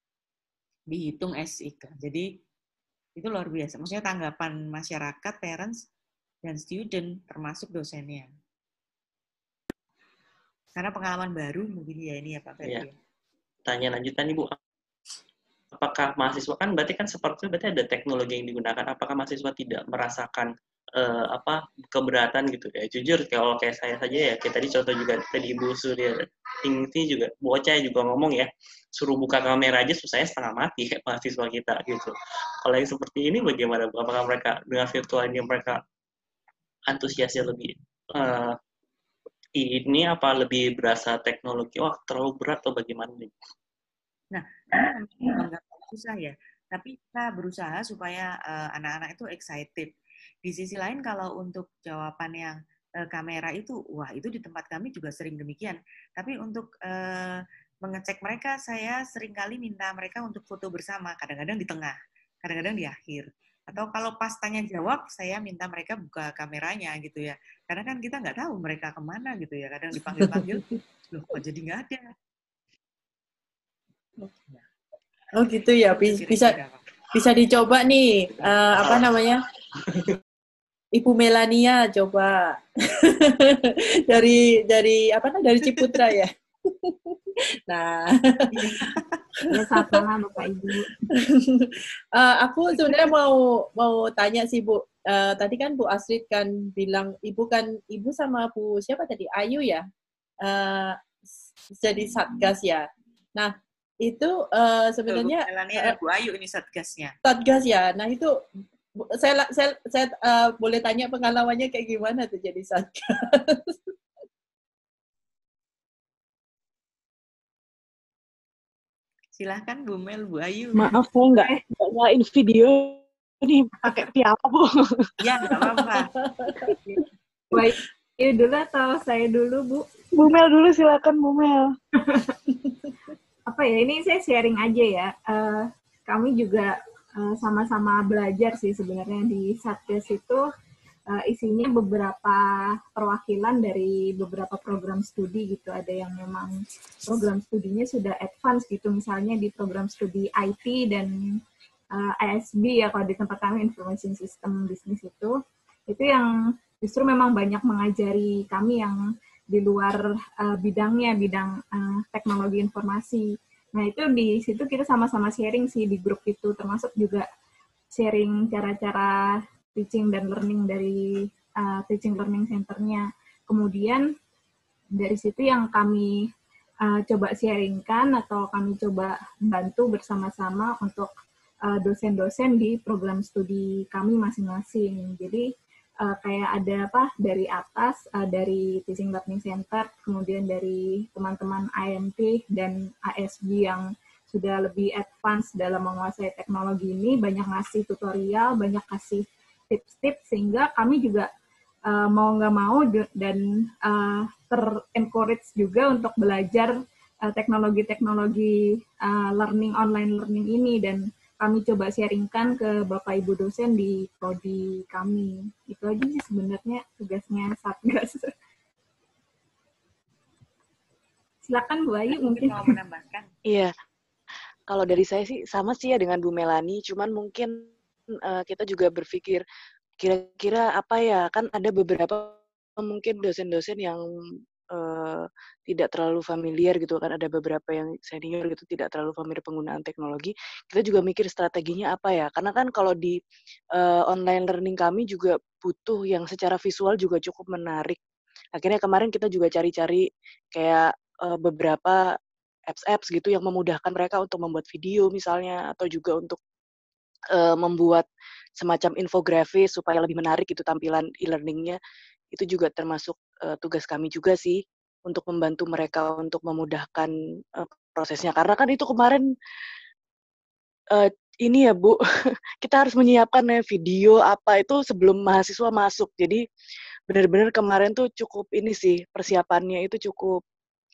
Dihitung S I K. Jadi itu luar biasa. Maksudnya tanggapan masyarakat, parents, dan student termasuk dosennya. Karena pengalaman baru mungkin ya ini ya Pak Ferdi. Ya. Tanya lanjutan Ibu, apakah mahasiswa kan berarti kan seperti berarti ada teknologi yang digunakan, apakah mahasiswa tidak merasakan uh, apa keberatan gitu ya? Jujur kalau kayak saya saja ya, kayak tadi contoh juga tadi Ibu Surya ini juga bocah juga ngomong ya, suruh buka kamera aja susahnya setengah mati kayak mahasiswa kita gitu. Kalau yang seperti ini bagaimana Bu? Apakah mereka dengan virtual ini mereka antusiasnya lebih uh, ini apa lebih berasa teknologi, wah terlalu berat atau bagaimana nih? Nah, ini memang susah ya, tapi kita berusaha supaya uh, anak-anak itu excited. Di sisi lain kalau untuk jawaban yang uh, kamera itu, wah itu di tempat kami juga sering demikian. Tapi untuk uh, mengecek mereka, saya seringkali minta mereka untuk foto bersama, kadang-kadang di tengah, kadang-kadang di akhir. Atau kalau pas tanya jawab, saya minta mereka buka kameranya gitu ya. Karena kan kita nggak tahu mereka kemana gitu ya. Kadang dipanggil-panggil, loh kok jadi nggak ada. Oh gitu ya, bisa bisa dicoba nih, uh, apa namanya? Ibu Melania coba dari dari apa namanya dari Ciputra ya. Nah, ya sama Bapak Ibu. uh, aku sebenarnya mau mau tanya sih Bu. Uh, tadi kan Bu Astrid kan bilang Ibu kan Ibu sama Bu siapa tadi Ayu ya, uh, jadi satgas ya. Nah itu uh, sebenarnya Bu Melania dan Bu Ayu ini satgasnya. Satgas ya. Nah itu saya saya, saya uh, boleh tanya pengalamannya kayak gimana tuh jadi satgas? Silahkan Bu Mel, Bu Ayu. Maaf, saya nggak nggak nyalain video nih pakai piala, Bu. Ya, nggak apa-apa. Baik, Ayu dulu atau saya dulu, Bu? Bu Mel dulu, silakan Bu Mel. Apa ya, ini saya sharing aja ya. Uh, kami juga uh, sama-sama belajar sih sebenarnya di Satgas itu. Uh, isinya beberapa perwakilan dari beberapa program studi gitu. Ada yang memang program studinya sudah advance gitu, misalnya di program studi I T dan uh, I S B ya, kalau di tempat kami Information System Business itu, itu yang justru memang banyak mengajari kami yang di luar uh, bidangnya, bidang uh, teknologi informasi. Nah itu di situ kita sama-sama sharing sih di grup itu, termasuk juga sharing cara-cara teaching dan learning dari uh, teaching learning center-nya. Kemudian dari situ yang kami uh, coba sharingkan atau kami coba bantu bersama-sama untuk uh, dosen-dosen di program studi kami masing-masing. Jadi uh, kayak ada apa dari atas, uh, dari teaching learning center, kemudian dari teman-teman I M T dan A S B yang sudah lebih advance dalam menguasai teknologi ini, banyak ngasih tutorial, banyak kasih tips-tips, sehingga kami juga uh, mau nggak mau dan uh, ter-encourage juga untuk belajar uh, teknologi-teknologi uh, learning, online learning ini, dan kami coba sharingkan ke Bapak Ibu dosen di prodi kami. Itu aja sih sebenarnya tugasnya Satgas. Silakan Bu Ayu mungkin. Mau menambahkan? Iya, kalau dari saya sih sama sih ya dengan Bu Melani, cuman mungkin uh, kita juga berpikir kira-kira apa ya, kan ada beberapa mungkin dosen-dosen yang uh, tidak terlalu familiar gitu kan, ada beberapa yang senior gitu tidak terlalu familiar penggunaan teknologi. Kita juga mikir strateginya apa ya, karena kan kalau di uh, online learning kami juga butuh yang secara visual juga cukup menarik. Akhirnya kemarin kita juga cari-cari kayak uh, beberapa apps-apps gitu yang memudahkan mereka untuk membuat video misalnya, atau juga untuk uh, membuat semacam infografis supaya lebih menarik gitu tampilan e-learning-nya. Itu juga termasuk uh, tugas kami juga sih, untuk membantu mereka untuk memudahkan uh, prosesnya. Karena kan itu kemarin uh, ini ya Bu, kita harus menyiapkan ya, video apa itu sebelum mahasiswa masuk. Jadi benar-benar kemarin tuh cukup ini sih, persiapannya itu cukup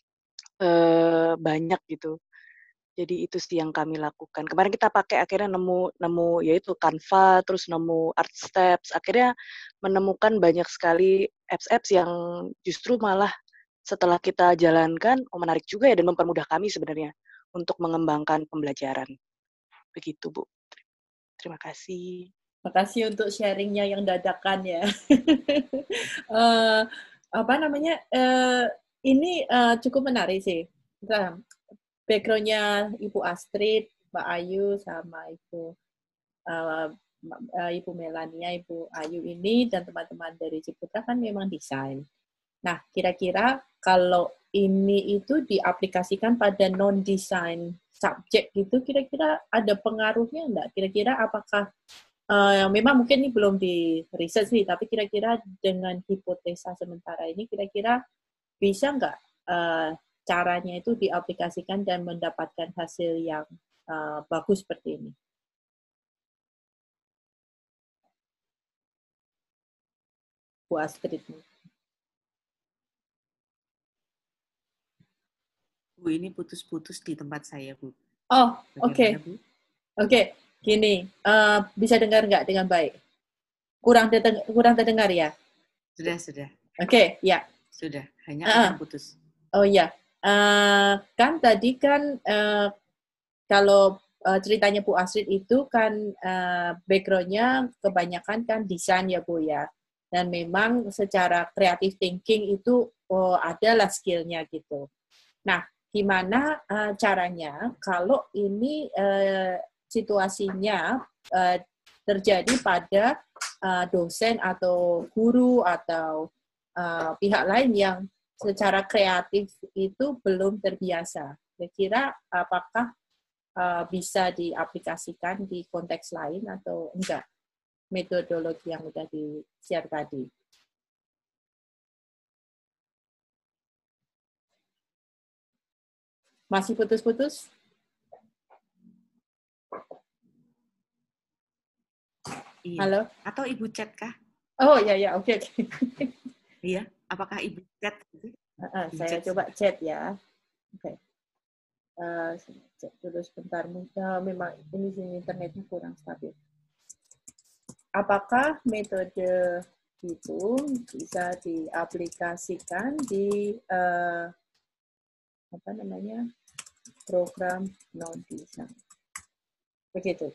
uh, banyak gitu. Jadi itu sih yang kami lakukan. Kemarin kita pakai akhirnya nemu nemu yaitu Canva, terus nemu Artsteps. Akhirnya menemukan banyak sekali apps-apps yang justru malah setelah kita jalankan, oh menarik juga ya, dan mempermudah kami sebenarnya untuk mengembangkan pembelajaran. Begitu Bu. Terima kasih. Terima kasih untuk sharingnya yang dadakan ya. uh, apa namanya? Uh, ini uh, cukup menarik sih. Nah, background-nya Ibu Astrid, Mbak Ayu, sama Ibu uh, uh, Ibu Melania, Ibu Ayu ini, dan teman-teman dari Ciputra kan memang desain. Nah, kira-kira kalau ini itu diaplikasikan pada non-design subjek gitu, kira-kira ada pengaruhnya enggak? Kira-kira apakah, uh, memang mungkin ini belum di research nih, tapi kira-kira dengan hipotesa sementara ini, kira-kira bisa enggak uh, caranya itu diaplikasikan dan mendapatkan hasil yang uh, bagus seperti ini? Bu Astrid. Bu, ini putus-putus di tempat saya, Bu. Oh, oke. Okay. Oke, okay. Gini, uh, bisa dengar nggak dengan baik? Kurang, deteng- kurang terdengar ya? Sudah, sudah. Oke, okay, ya. Sudah, hanya uh, putus. Oh iya, uh, kan tadi kan uh, kalau uh, ceritanya Bu Astrid itu kan uh, background-nya kebanyakan kan desain ya Bu ya. Dan memang secara creative thinking itu oh, adalah skill-nya gitu. Nah, gimana uh, caranya kalau ini uh, situasinya uh, terjadi pada uh, dosen atau guru atau uh, pihak lain yang secara kreatif itu belum terbiasa. Kira-kira apakah uh, bisa diaplikasikan di konteks lain atau enggak? metodologi yang sudah di-share tadi. Masih putus-putus? Iya. Halo? Atau Ibu chat kah? Oh ya ya, oke oke. Iya, apakah Ibu chat? Uh, saya chat coba chat ya. Oke. Okay. Uh, cek dulu sebentar. Uh, memang ini sini internetnya kurang stabil. Apakah metode itu bisa diaplikasikan di uh, apa namanya program non design? Begitu.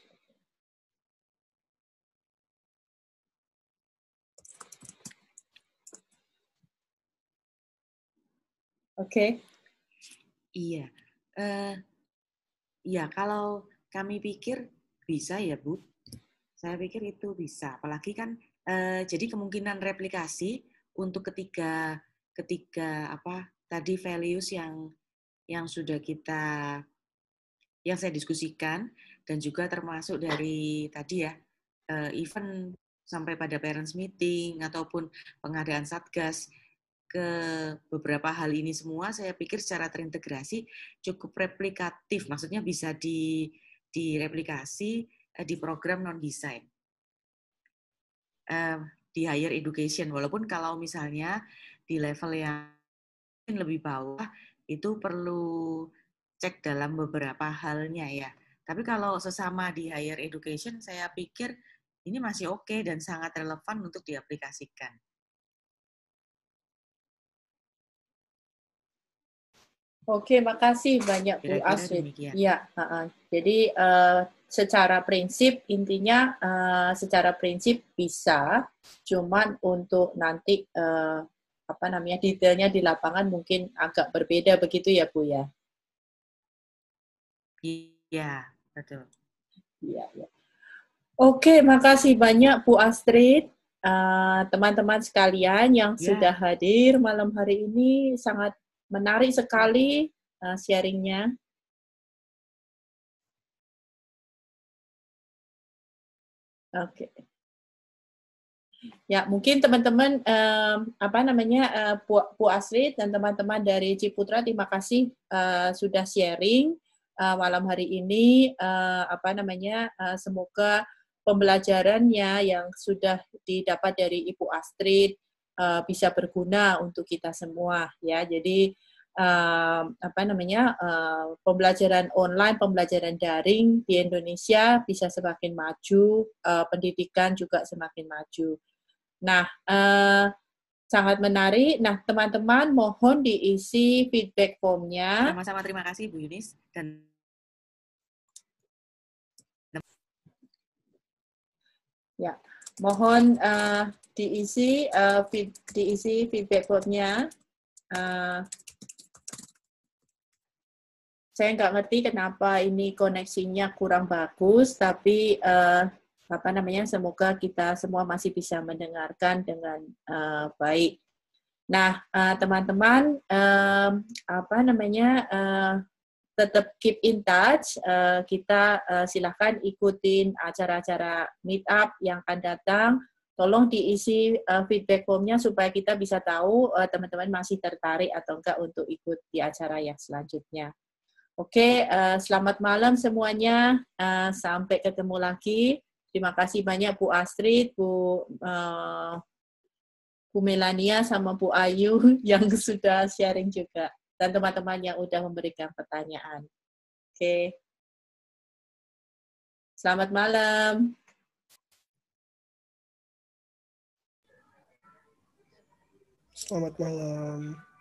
Oke. Okay. Iya. Uh, iya, kalau kami pikir bisa ya, Bu. Saya pikir itu bisa. Apalagi kan uh, jadi kemungkinan replikasi untuk ketiga ketiga apa tadi values yang yang sudah kita yang saya diskusikan dan juga termasuk dari tadi ya uh, event sampai pada parents meeting ataupun pengadaan satgas ke beberapa hal ini semua saya pikir secara terintegrasi cukup replikatif, maksudnya bisa di direplikasi uh, di program non design uh, di higher education, walaupun kalau misalnya di level yang lebih bawah itu perlu cek dalam beberapa halnya ya. Tapi kalau sesama di higher education, saya pikir ini masih oke dan sangat relevan untuk diaplikasikan. Oke, makasih banyak Bu Astrid. Ya, uh, jadi uh, secara prinsip intinya uh, secara prinsip bisa, cuman untuk nanti uh, apa namanya detailnya di lapangan mungkin agak berbeda begitu ya Bu ya. Iya, betul. Iya, ya. Oke, makasih banyak Bu Astrid. Uh, teman-teman sekalian yang ya. Sudah hadir malam hari ini sangat menarik sekali uh, sharingnya. Oke. Okay. Ya, mungkin teman-teman um, apa namanya uh, Bu, Bu Astrid dan teman-teman dari Ciputra, terima kasih uh, sudah sharing uh, malam hari ini. Uh, apa namanya? Uh, semoga pembelajarannya yang sudah didapat dari Ibu Astrid uh, bisa berguna untuk kita semua ya. Jadi uh, apa namanya? Uh, pembelajaran online, pembelajaran daring di Indonesia bisa semakin maju, uh, pendidikan juga semakin maju. Nah, uh, sangat menarik. Nah, teman-teman mohon diisi feedback form-nya. Sama-sama, terima kasih Bu Yunis dan ya, mohon uh, diisi uh, feed, diisi feedback form-nya. Uh, saya nggak ngerti kenapa ini koneksinya kurang bagus, tapi uh, apa namanya, semoga kita semua masih bisa mendengarkan dengan uh, baik. Nah, teman-teman, uh, uh, apa namanya, uh, tetap keep in touch. Uh, kita uh, silahkan ikutin acara-acara meet up yang akan datang. Tolong diisi uh, feedback form-nya supaya kita bisa tahu uh, teman-teman masih tertarik atau enggak untuk ikut di acara yang selanjutnya. Oke, uh, selamat malam semuanya. Uh, sampai ketemu lagi. Terima kasih banyak Bu Astrid, Bu uh, Bu Melania, sama Bu Ayu yang sudah sharing juga. Dan teman-teman yang sudah memberikan pertanyaan. Oke. Selamat malam. Selamat malam.